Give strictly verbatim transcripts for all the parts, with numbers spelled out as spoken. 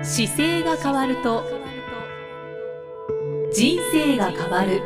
姿勢が変わると人生が変わる。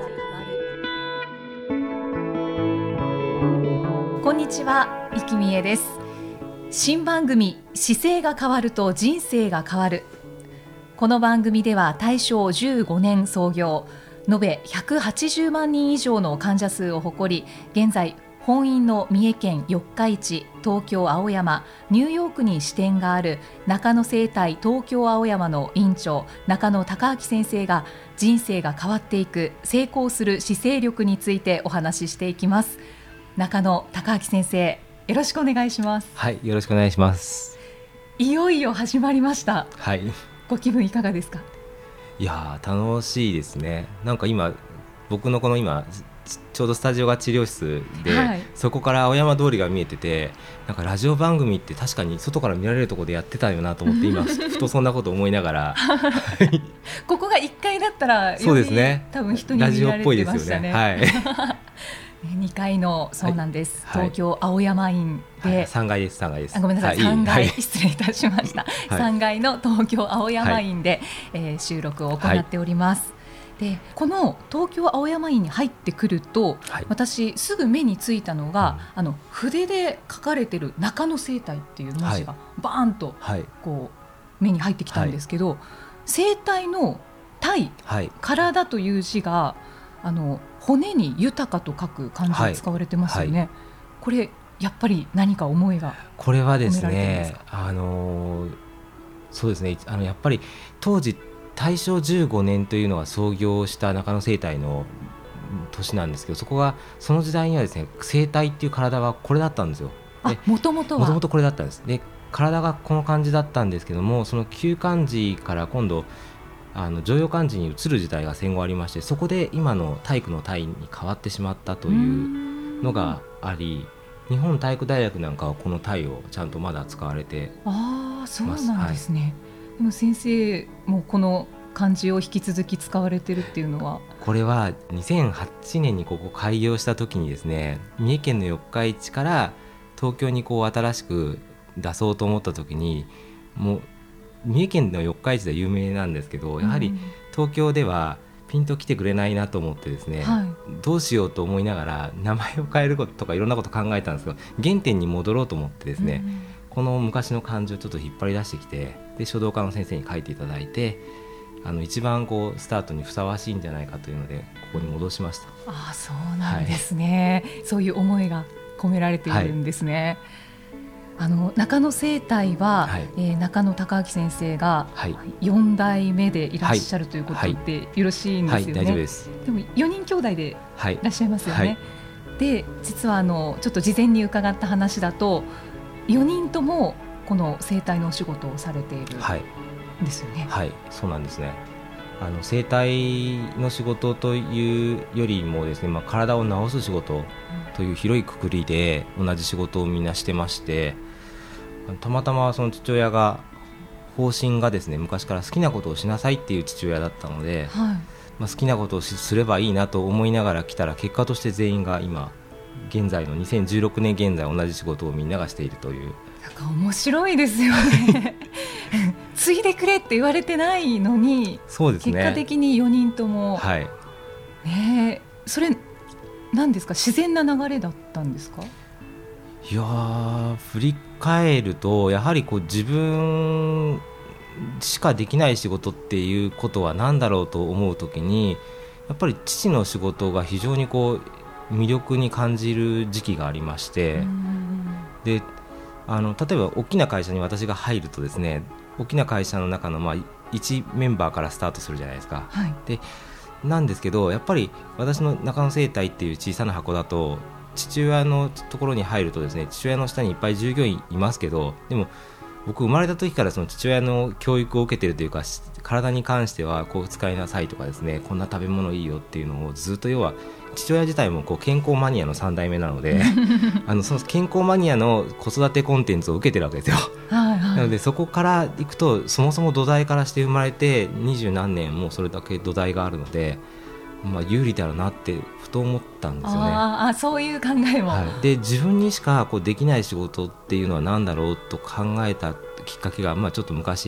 こんにちは、生きみえです。新番組姿勢が変わると人生が変わる。この番組では大正じゅうごねん創業、延べひゃくはちじゅうまんにん以上の患者数を誇り、現在本院の三重県四日市、東京青山、ニューヨークに支店がある中野生態東京青山の院長、中野孝明先生が人生が変わっていく、成功する姿勢力についてお話ししていきます。中野孝明先生、よろしくお願いします。 はい、よろしくお願いします。 いよいよ始まりました。 はい。 ご気分いかがですか？ いやー、楽しいですね。なんか今僕のこの今ちょうどスタジオが治療室で、はい、そこから青山通りが見えてて、なんかラジオ番組って確かに外から見られるところでやってたよなと思って今ふとそんなこと思いながらここがいっかいだったらそうですね、 多分人に見られてましたね。 ラジオっぽいですよね。はいにかいのそうなんです、はい、東京青山院で、はい、 さんがいですさんがいです。 あ、ごめんなさい、 はい、 さんがい、 はい、 失礼いたしました、はい、さんがいの東京青山院で、はい、えー、収録を行っております。はい、でこの東京青山院に入ってくると、はい、私すぐ目についたのが、うん、あの筆で書かれてる中野生態っていう文字がバーンとこう目に入ってきたんですけど、はい、生態の体、はい、体という字があの骨に豊かと書く漢字が使われてますよね。はいはい、これやっぱり何か思いがこれはですね、あのそうですね、あのやっぱり当時大正じゅうごねんというのが創業した中野生態の年なんですけど、そこがその時代にはですね、生態っていう体はこれだったんですよ。 もともとはもともとこれだったんです。で、体がこの漢字だったんですけども、その旧漢字から今度あの常用漢字に移る時代が戦後ありまして、そこで今の体育の体に変わってしまったというのがあり、日本体育大学なんかはこの体をちゃんとまだ使われてます。 あ、そうなんですね。はい、でも先生もこの漢字を引き続き使われてるっていうのは、 これはにせんはちねんにここ開業した時にですね、三重県の四日市から東京にこう新しく出そうと思った時に、もう三重県の四日市で有名なんですけど、やはり東京ではピンと来てくれないなと思ってですね、はい、どうしようと思いながら名前を変えることとかいろんなこと考えたんですけど、原点に戻ろうと思ってですね、うん、この昔の漢字をちょっと引っ張り出してきて、で書道家の先生に書いていただいて、あの一番こうスタートにふさわしいんじゃないかというのでここに戻しました。 ああ、そうなんですね。はい、そういう思いが込められているんですね。はい、あの中野生態は、はい、えー、中野孝明先生がよんだいめでいらっしゃるということでよろしいんですよね。 はいはい、大丈夫です。 でもよにん兄弟でいらっしゃいますよね。はいはい、で実はあのちょっと事前に伺った話だと、よにんともこの生態のお仕事をされているんですよね。 はい、はい、そうなんですね。あの生態の仕事というよりもですね、まあ、体を治す仕事という広い括りで同じ仕事をみんなしてまして、たまたまその父親が方針がですね、昔から好きなことをしなさいっていう父親だったので、はい、まあ、好きなことをすればいいなと思いながら来たら、結果として全員が今現在のにせんじゅうろくねん現在同じ仕事をみんながしているという。 なんか面白いですよね継いでくれって言われてないのに、 そうですね、 結果的によにんとも、 はい、 ね、それ何ですか、自然な流れだったんですか？ いやー、振り返るとやはりこう自分しかできない仕事っていうことは何だろうと思うときに、やっぱり父の仕事が非常にこう魅力に感じる時期がありまして、であの例えば大きな会社に私が入るとですね、大きな会社の中のまあいちメンバーからスタートするじゃないですか。はい、でなんですけど、やっぱり私の中野生態っていう小さな箱だと、父親のところに入るとですね、父親の下にいっぱい従業員いますけど、でも僕生まれた時からその父親の教育を受けているというか、体に関してはこう使いなさいとかですね、こんな食べ物いいよっていうのをずっと、要は父親自体もこう健康マニアのさんだいめなのであのその健康マニアの子育てコンテンツを受けてるわけですよ。はい、はい、なのでそこからいくと、そもそも土台からして生まれて二十何年もそれだけ土台があるので、まあ、有利だろうなってふと思ったんですよね。 ああ、そういう考えも、 はい、で自分にしかこうできない仕事っていうのは何だろうと考えたきっかけが、まあ、ちょっと昔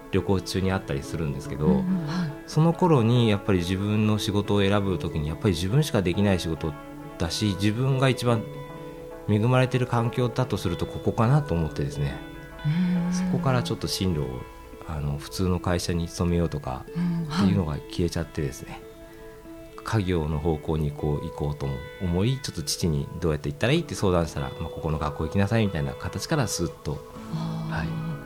旅行中にあったりするんですけど、 うんはい、 その頃にやっぱり自分の仕事を選ぶときにやっぱり自分しかできない仕事だし、自分が一番恵まれている環境だとするとここかなと思ってですね、そこからちょっと進路をあの普通の会社に勤めようとかっていうのが消えちゃってですね、家業の方向にこう行こうと思い、ちょっと父にどうやって行ったらいいって相談したら、まあ、ここの学校行きなさいみたいな形からスッと、はい、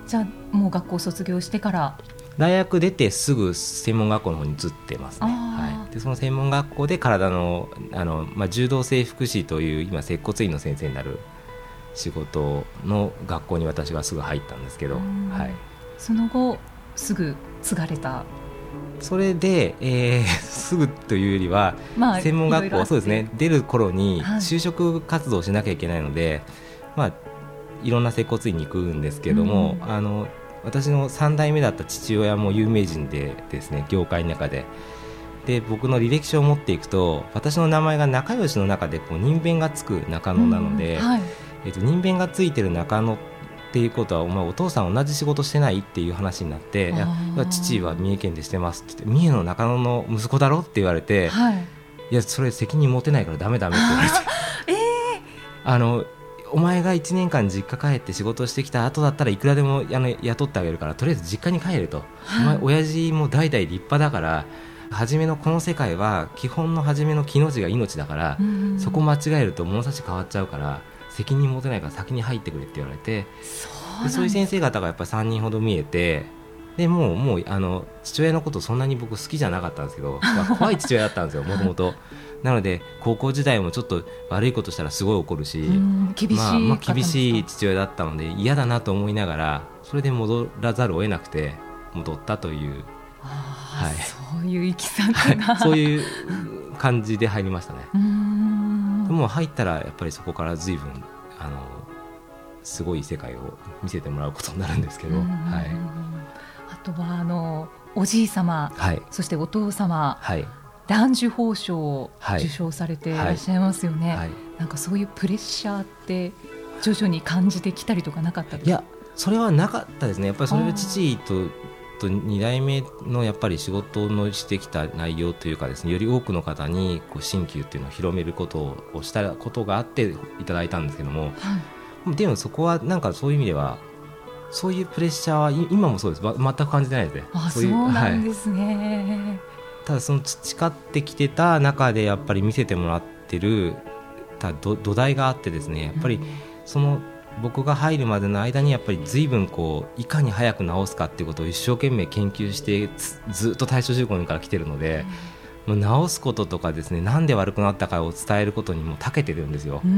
じゃあもう学校卒業してから大学出てすぐ専門学校の方に移ってますね、はい、でその専門学校で体の、あの、まあ、柔道整復師という今接骨院の先生になる仕事の学校に私はすぐ入ったんですけど、はい、 その後すぐ継がれた。 それで、えー、すぐというよりは、まあ、専門学校そうですね、出る頃に就職活動をしなきゃいけないので、はい、まあ、いろんな接骨院に行くんですけども、うん、あの私のさん代目だった父親も有名人でですね、業界の中でで僕の履歴書を持っていくと、私の名前が仲良しの中でこう人弁がつく中野なので、うんはい、えっと、人弁がついてる中野っていうことは、お前お父さん同じ仕事してないっていう話になって、いや父は三重県でしてますって言って、三重の中野の息子だろって言われて、はい、いやそれ責任持てないからダメダメって言われてえー、あのお前がいちねんかん実家帰って仕事してきた後だったらいくらでもあの雇ってあげるから、とりあえず実家に帰れと、はい、お前親父も代々立派だから、初めのこの世界は基本の初めの木の字が命だから、そこ間違えると物差し変わっちゃうから責任持てないから先に入ってくれって言われて、 そうでそういう先生方がやっぱりさんにんほど見えて、でもう、もうあの父親のことそんなに僕好きじゃなかったんですけど、まあ、怖い父親だったんですよもともと。なので高校時代もちょっと悪いことしたらすごい怒るし、 厳しい、 まあまあ、厳しい父親だったので嫌だなと思いながら、それで戻らざるを得なくて戻ったという、 はい、そういういきさつがそういう感じで入りましたね。うーん、でも入ったらやっぱりそこから随分あのすごい世界を見せてもらうことになるんですけど、はい、 あとはあのおじい様、はい、そしてお父様、はい、蘭寿宝章を受章されていらっしゃいますよね、はいはい、なんかそういうプレッシャーって徐々に感じてきたりとかなかったですか？ いや、それはなかったですね。やっぱりそれは父ととに代目のやっぱり仕事のしてきた内容というかですね、より多くの方にこう鍼灸っていうのを広めることをしたことがあっていただいたんですけども、はい、でもそこはなんかそういう意味ではそういうプレッシャーは今もそうです、ま、全く感じてないですね。 あ、そうなんですね、はい、 ただその培ってきてた中でやっぱり見せてもらってるた土台があってですね、やっぱりその僕が入るまでの間にやっぱり随分こういかに早く治すかっていうことを一生懸命研究してずっと大正じゅうごねんから来てるので、もう治すこととかですね、なんで悪くなったかを伝えることにも長けてるんですよ。うん、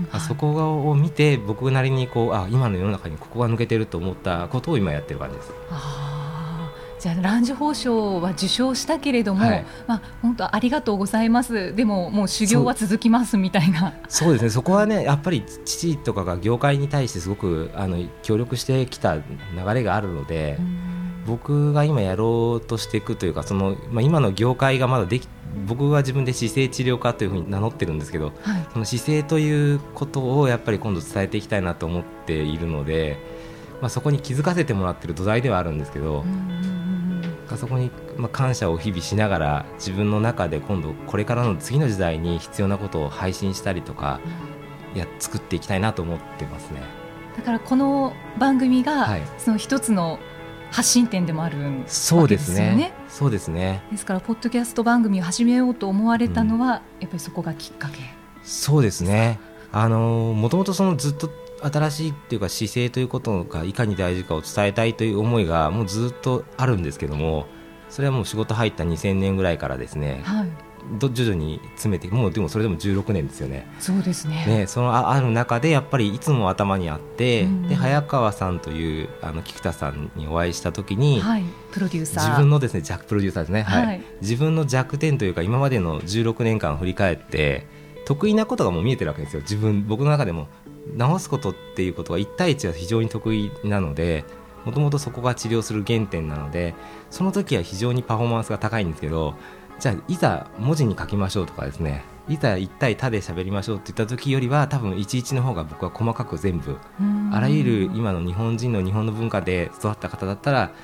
はい、そこを見て僕なりにこう、あ、今の世の中にここが抜けてると思ったことを今やってる感じです。 あ、じゃあ蘭寿宝章は受章したけれども、はい、まあ、本当ありがとうございます、でももう修行は続きますみたいな。 そ, そうですね、そこはねやっぱり父とかが業界に対してすごくあの協力してきた流れがあるので、僕が今やろうとしていくというか、その、まあ、今の業界がまだでき僕は自分で姿勢治療科というふうに名乗ってるんですけど、はい、その姿勢ということをやっぱり今度伝えていきたいなと思っているので、まあ、そこに気づかせてもらっている土台ではあるんですけど、そこにまあ感謝を日々しながら自分の中で今度これからの次の時代に必要なことを配信したりとか、いや作っていきたいなと思ってますね。 だからこの番組がその一つの発信点でもあるわけですよね。そうですね。 そうですね。 ですからポッドキャスト番組を始めようと思われたのは、うん、やっぱりそこがきっかけ。 そうですね。あのもともとそのずっと新しいっていうか姿勢ということがいかに大事かを伝えたいという思いがもうずっとあるんですけども、それはもう仕事入ったにせんねんぐらいからですね、はい、徐々に詰めて、もうでもそれでもじゅうろくねんですよね。 そうですね。 ね、その あ, ある中でやっぱりいつも頭にあって、うん、で早川さんというあの菊田さんにお会いした時に、はい、 プロデューサー、 自分のですね弱プロデューサーですね、はいはい、自分の弱点というか今までのじゅうろくねんかん振り返って得意なことがもう見えてるわけですよ。自分僕の中でも治すことっていうことはいち対いちは非常に得意なので、もともとそこが治療する原点なので、その時は非常にパフォーマンスが高いんですけど、じゃあいざ文字に書きましょうとかですね、いざいち対多で喋りましょうって言った時よりは多分いちいちの方が僕は細かく全部、あらゆる今の日本人の日本の文化で育った方だったら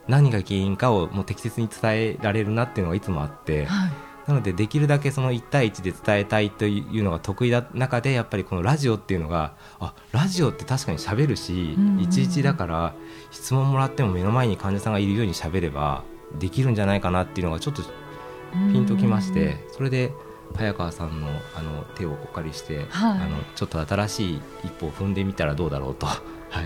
何が原因かをもう適切に伝えられるなっていうのがいつもあって、はい、なのでできるだけそのいち対いちで伝えたいというのが得意な中で、やっぱりこのラジオっていうのが、あ、ラジオって確かに喋るし、いちいちだから質問もらっても目の前に患者さんがいるように喋ればできるんじゃないかなっていうのがちょっとピンときまして、それで早川さんの、あの手をお借りして、はい、あのちょっと新しい一歩を踏んでみたらどうだろうと、はい、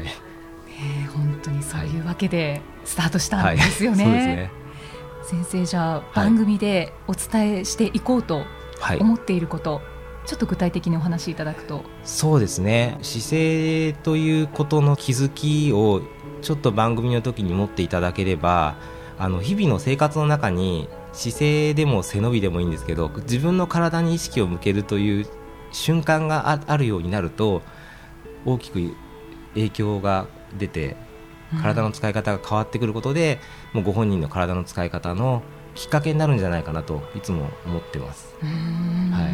ね、本当にそういうわけでスタートしたんですよね。 はいはい、そうですね。 先生、じゃあ番組でお伝えしていこうと思っていること、はい、ちょっと具体的にお話しいただくと。 そうですね、姿勢ということの気づきをちょっと番組の時に持っていただければ、あの日々の生活の中に姿勢でも背伸びでもいいんですけど、自分の体に意識を向けるという瞬間が あ, あるようになると大きく影響が出て、体の使い方が変わってくることで、うん、もうご本人の体の使い方のきっかけになるんじゃないかなといつも思ってます。 うーん、はい、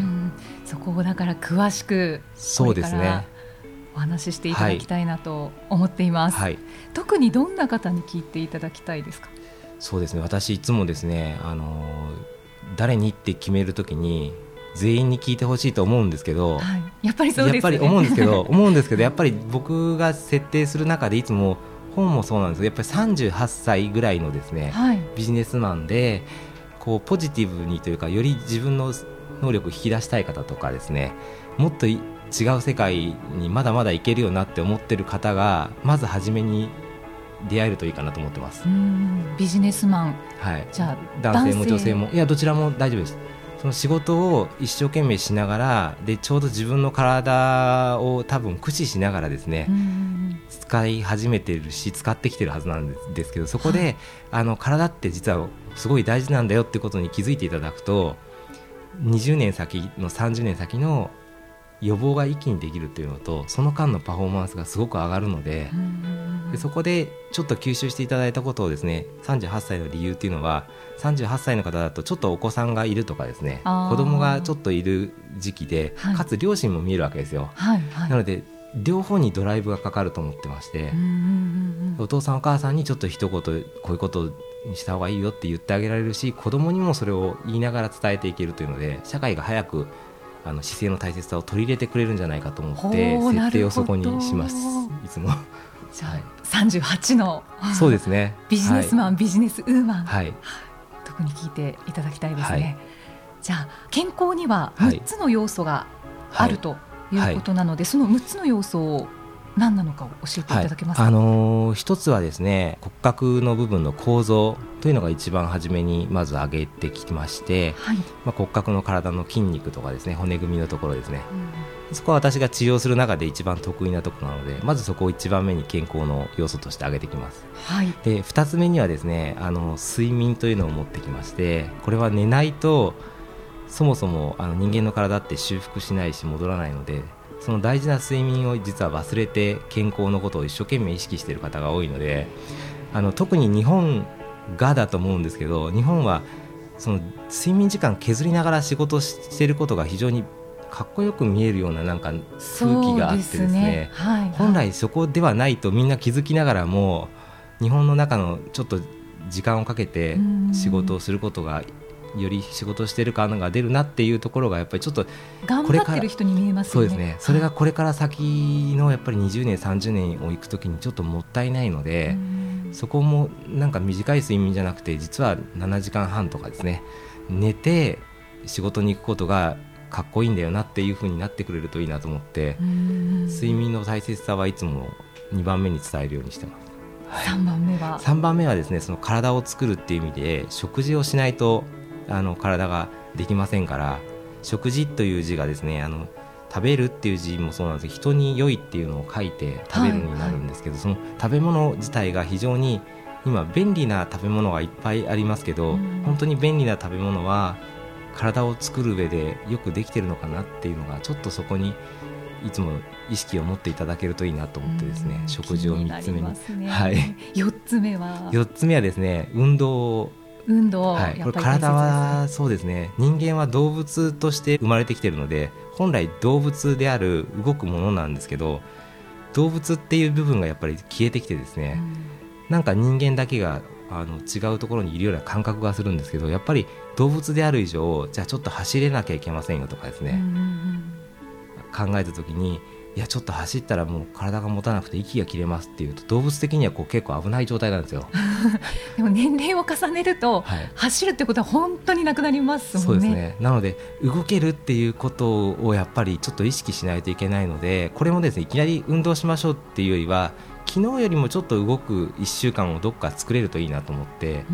そこをだから詳しくこれからお話ししていただきたいなと思っています。はいはい、特にどんな方に聞いていただきたいですか？ そうですね、私いつもですね、あの誰にって決めるときに全員に聞いてほしいと思うんですけど、はい、 やっぱりそうですね、 やっぱり思うんですけど思うんですけどやっぱり僕が設定する中でいつも本もそうなんですけど、やっぱりさんじゅうはっさいぐらいのですね、はい、ビジネスマンでこうポジティブにというか、より自分の能力を引き出したい方とかですね、もっと違う世界にまだまだ行けるようになって思ってる方がまず初めに出会えるといいかなと思ってます。 うーん、ビジネスマン、はい、じゃあ男性も女性も、いやどちらも大丈夫です。その仕事を一生懸命しながらで、ちょうど自分の体を多分駆使しながらですね、使い始めているし使ってきてるはずなんですですけど、そこで、はい、あの体って実はすごい大事なんだよってことに気づいていただくと、にじゅうねん先のさんじゅうねん先の予防が一気にできるというのと、その間のパフォーマンスがすごく上がるので、でそこでちょっと吸収していただいたことをですね、さんじゅうはっさいの理由っていうのは、さんじゅうはっさいの方だとちょっとお子さんがいるとかですね、子供がちょっといる時期で、はい、かつ両親も見えるわけですよ。はいはい、なので両方にドライブがかかると思ってまして、うんうんうん、お父さんお母さんにちょっと一言こういうことにした方がいいよって言ってあげられるし、子供にもそれを言いながら伝えていけるというので、社会が早くあの姿勢の大切さを取り入れてくれるんじゃないかと思って設定をそこにします。いつもじゃあ、はい、さんじゅうはちのそうですね、 ビジネスマン、はい、ビジネスウーマン、はい、特に聞いていただきたいですね。はい、じゃあ健康にはむっつの要素がある、はい、ということなので、はい、そのむっつの要素を何なのかを教えていただけますか？ はい、あのー、一つはですね、骨格の部分の構造というのが一番初めにまず上げてきまして、はい、まあ、骨格の体の筋肉とかですね、骨組みのところですね、うん、そこは私が治療する中で一番得意なところなので、まずそこを一番目に健康の要素として上げてきます。はい、でふたつめにはですね、あの睡眠というのを持ってきまして、これは寝ないとそもそもあの人間の体って修復しないし戻らないので、その大事な睡眠を実は忘れて健康のことを一生懸命意識している方が多いので、あの特に日本がだと思うんですけど、日本はその睡眠時間削りながら仕事していることが非常にかっこよく見えるようななんか空気があってですね、ですね、はいはい、本来そこではないとみんな気づきながらも、日本の中のちょっと時間をかけて仕事をすることがより仕事してる感が出るなっていうところがやっぱりちょっと頑張ってる人に見えますよね。 そうですね、それがこれから先のやっぱりにじゅうねんさんじゅうねんを行くときにちょっともったいないので、そこもなんか短い睡眠じゃなくて、実はななじかんはんとかですね、寝て仕事に行くことがかっこいいんだよなっていう風になってくれるといいなと思って、睡眠の大切さはいつもにばんめに伝えるようにしてます。はい、 さんばんめはさんばんめはですね、その体を作るっていう意味で食事をしないとあの体ができませんから、食事という字がですね、あの食べるっていう字もそうなんですけど、人に良いっていうのを書いて食べるになるんですけど、はいはい、その食べ物自体が非常に今便利な食べ物がいっぱいありますけど、うん、本当に便利な食べ物は体を作る上でよくできてるのかなっていうのが、ちょっとそこにいつも意識を持っていただけるといいなと思ってですね、食事をみっつめに、 に、はい、よっつめはよっつめはですね、運動運動、 はい、これ体はそうですね、人間は動物として生まれてきているので、本来動物である動くものなんですけど、動物っていう部分がやっぱり消えてきてですね、うん、なんか人間だけがあの違うところにいるような感覚がするんですけど、やっぱり動物である以上、じゃあちょっと走れなきゃいけませんよとかですね、うんうんうん、考えた時に、いやちょっと走ったらもう体が持たなくて息が切れますっていうと、動物的にはこう結構危ない状態なんですよでも年齢を重ねると、はい、走るってことは本当になくなりますもんね。 そうですね。なので動けるっていうことをやっぱりちょっと意識しないといけないので、これもですね、いきなり運動しましょうっていうよりは、昨日よりもちょっと動くいっしゅうかんをどっか作れるといいなと思って、うんうん、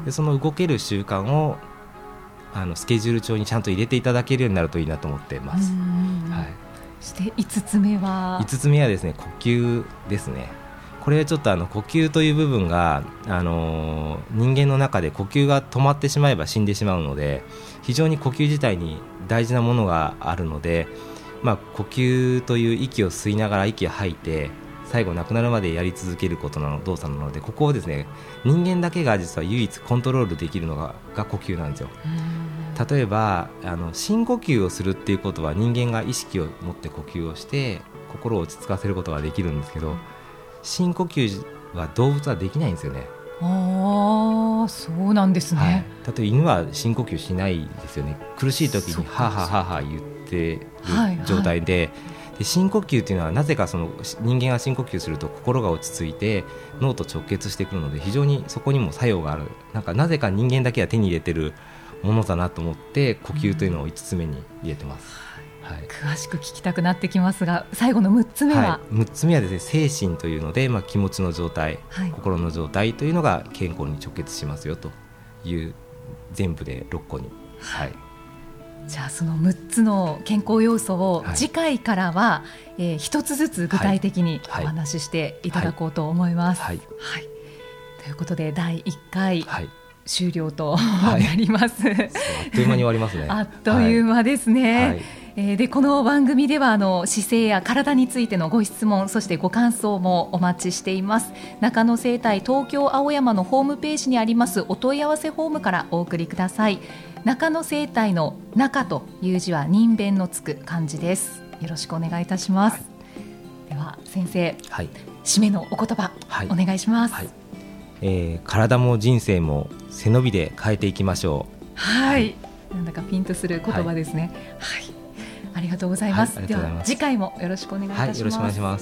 でその動ける習慣をあのスケジュール帳にちゃんと入れていただけるようになるといいなと思っています。うんうん、はい。 そしていつつめはいつつめはですね、呼吸ですね。これはちょっとあの呼吸という部分が、あのー、人間の中で呼吸が止まってしまえば死んでしまうので、非常に呼吸自体に大事なものがあるので、まあ、呼吸という息を吸いながら息を吐いて最後亡くなるまでやり続けることの動作なので、ここをですね、人間だけが実は唯一コントロールできるのが、が呼吸なんですよ。例えばあの深呼吸をするっていうことは、人間が意識を持って呼吸をして心を落ち着かせることができるんですけど、深呼吸は動物はできないんですよね。 ああ、そうなんですね。はい、 例えば犬は深呼吸しないですよね。苦しい時にハーハーハーハー言ってる状態で、はいはい、で深呼吸というのはなぜかその人間が深呼吸すると心が落ち着いて脳と直結してくるので、非常にそこにも作用がある。なんかなぜか人間だけは手に入れてるものだなと思って呼吸というのをいつつめに入れてます。 うん、はい、詳しく聞きたくなってきますが、最後のむっつめは、はい、むっつめはですね、精神というので、まあ、気持ちの状態、はい、心の状態というのが健康に直結しますよという全部でろっこに、はい、 じゃあそのむっつの健康要素を次回からは、はい、えー、一つずつ具体的にお話ししていただこうと思います。はいはいはい、ということでだいいっかい、はい、終了となります。はい、 あっという間に終わりますね。 あっという間ですね。はい、えー、でこの番組ではあの姿勢や体についてのご質問、そしてご感想もお待ちしています。中野生態東京青山のホームページにありますお問い合わせフォームからお送りください。中野生態の中という字は人弁のつく漢字です。よろしくお願いいたします。はい、では先生、はい、締めのお言葉、はい、お願いします。はい、 えー、体も人生も背伸びで変えていきましょう。 はい、なんだかピンとする言葉ですね。はい、はい、ありがとうございます。はい、では次回もよろしくお願いいたします。はい、 よろしくお願いします。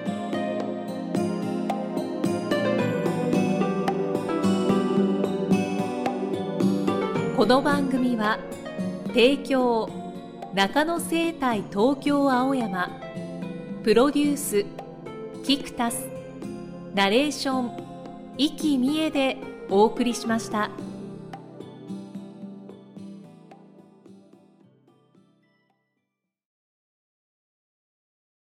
この番組は提供中野生態東京青山、プロデュースキクタス、ナレーション生きみえでお送りしました。